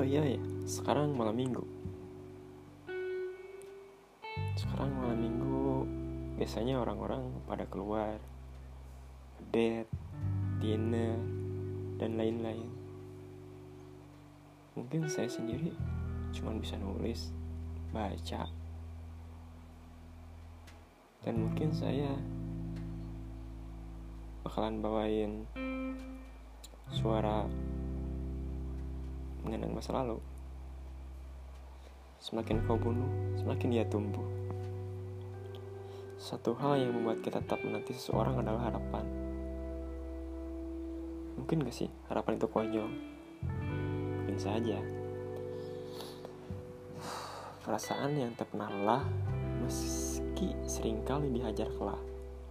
iya ya, sekarang malam minggu. Biasanya orang-orang pada keluar, date, dinner, dan lain-lain. Mungkin saya sendiri cuma bisa nulis, baca, dan mungkin saya bakalan bawain suara mengenang masa lalu. Semakin kau bunuh, semakin dia tumbuh. Satu hal yang membuat kita tetap menanti seseorang adalah harapan. Mungkin gak sih harapan itu konyol? Mungkin saja. Perasaan yang tak pernah lelah, meski seringkali dihajar kelah.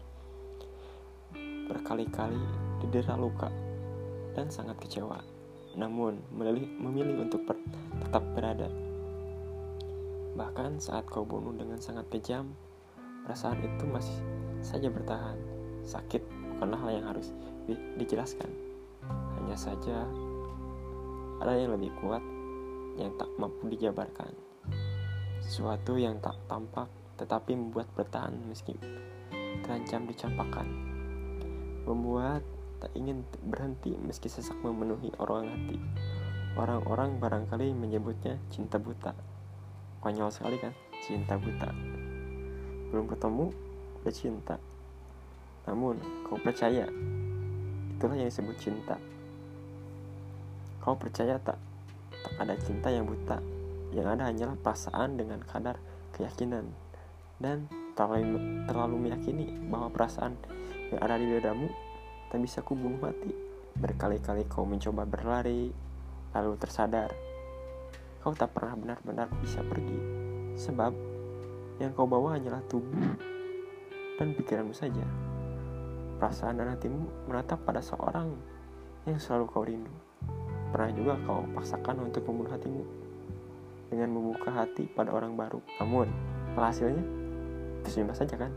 Berkali-kali didera luka dan sangat kecewa. Namun memilih untuk tetap berada. Bahkan saat kau bunuh dengan sangat kejam, perasaan itu masih saja bertahan. Sakit bukanlah hal yang harus dijelaskan. Hanya saja ada yang lebih kuat yang tak mampu dijabarkan. Sesuatu yang tak tampak tetapi membuat bertahan meski terancam dicampakkan. Membuat tak ingin berhenti meski sesak memenuhi orang hati. Orang-orang barangkali menyebutnya cinta buta. Konyol sekali kan, cinta buta. Belum ketemu, udah cinta. Namun, kau percaya, itulah yang disebut cinta. Kau percaya tak ada cinta yang buta. Yang ada hanyalah perasaan dengan kadar keyakinan. Dan terlalu meyakini bahwa perasaan yang ada di dadamu tak bisa kubunuh mati. Berkali-kali kau mencoba berlari, lalu tersadar kau tak pernah benar-benar bisa pergi. Sebab yang kau bawa hanyalah tubuh dan pikiranmu saja. Perasaan dan hatimu menatap pada seorang yang selalu kau rindu. Pernah juga kau paksakan untuk membunuh hatimu dengan membuka hati pada orang baru. Namun, hasilnya terima saja kan?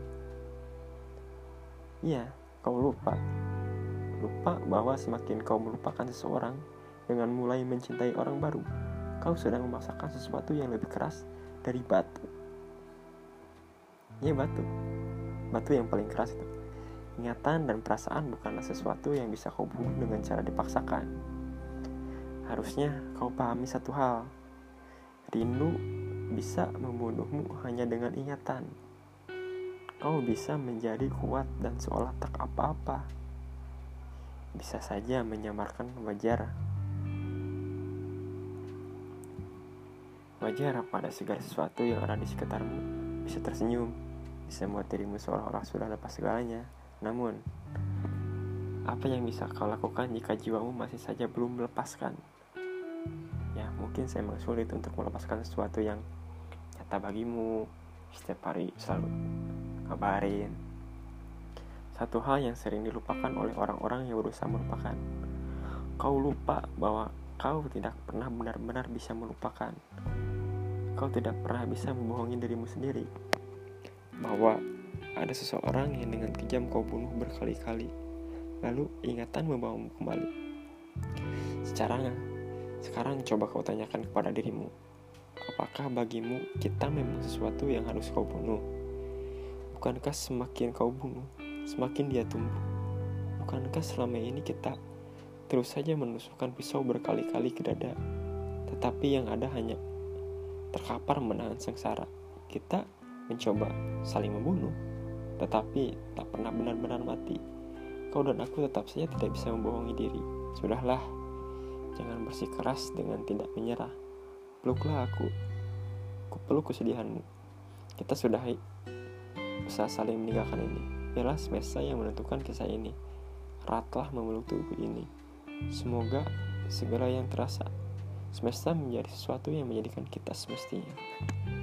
Iya, kau lupa bahwa semakin kau melupakan seseorang dengan mulai mencintai orang baru, kau sedang memaksakan sesuatu yang lebih keras dari batu. Ya, batu yang paling keras itu. Ingatan dan perasaan bukanlah sesuatu yang bisa kau bunuh dengan cara dipaksakan. Harusnya kau pahami satu hal. Rindu bisa membunuhmu hanya dengan ingatan. Kau bisa menjadi kuat dan seolah tak apa-apa. Bisa saja menyamarkan wajar pada segala sesuatu yang ada di sekitarmu. Bisa tersenyum, bisa membuat dirimu seolah-olah sudah lepas segalanya. Namun, apa yang bisa kau lakukan jika jiwamu masih saja belum melepaskan? Ya, mungkin saya memang sulit untuk melepaskan sesuatu yang nyata bagimu. Setiap hari selalu kabarin. Satu hal yang sering dilupakan oleh orang-orang yang berusaha melupakan. Kau lupa bahwa kau tidak pernah benar-benar bisa melupakan. Kau tidak pernah bisa membohongi dirimu sendiri bahwa ada seseorang yang dengan kejam kau bunuh berkali-kali, lalu ingatan membawamu kembali. Sekarang coba kau tanyakan kepada dirimu, apakah bagimu kita memang sesuatu yang harus kau bunuh? Bukankah semakin kau bunuh, semakin dia tumbuh? Bukankah selama ini kita terus saja menusukkan pisau berkali-kali ke dada, tetapi yang ada hanya terkapar menahan sengsara? Kita mencoba saling membunuh, tetapi tak pernah benar-benar mati. Kau dan aku tetap saja tidak bisa membohongi diri. Sudahlah, jangan bersikeras dengan tidak menyerah. Peluklah aku peluk kesedihanmu. Kita sudahi usaha saling meninggalkan ini. Biarlah semesta yang menentukan kisah ini. Eratlah memeluk tubuh ini. Semoga segala yang terasa semesta menjadi sesuatu yang menjadikan kita semestinya.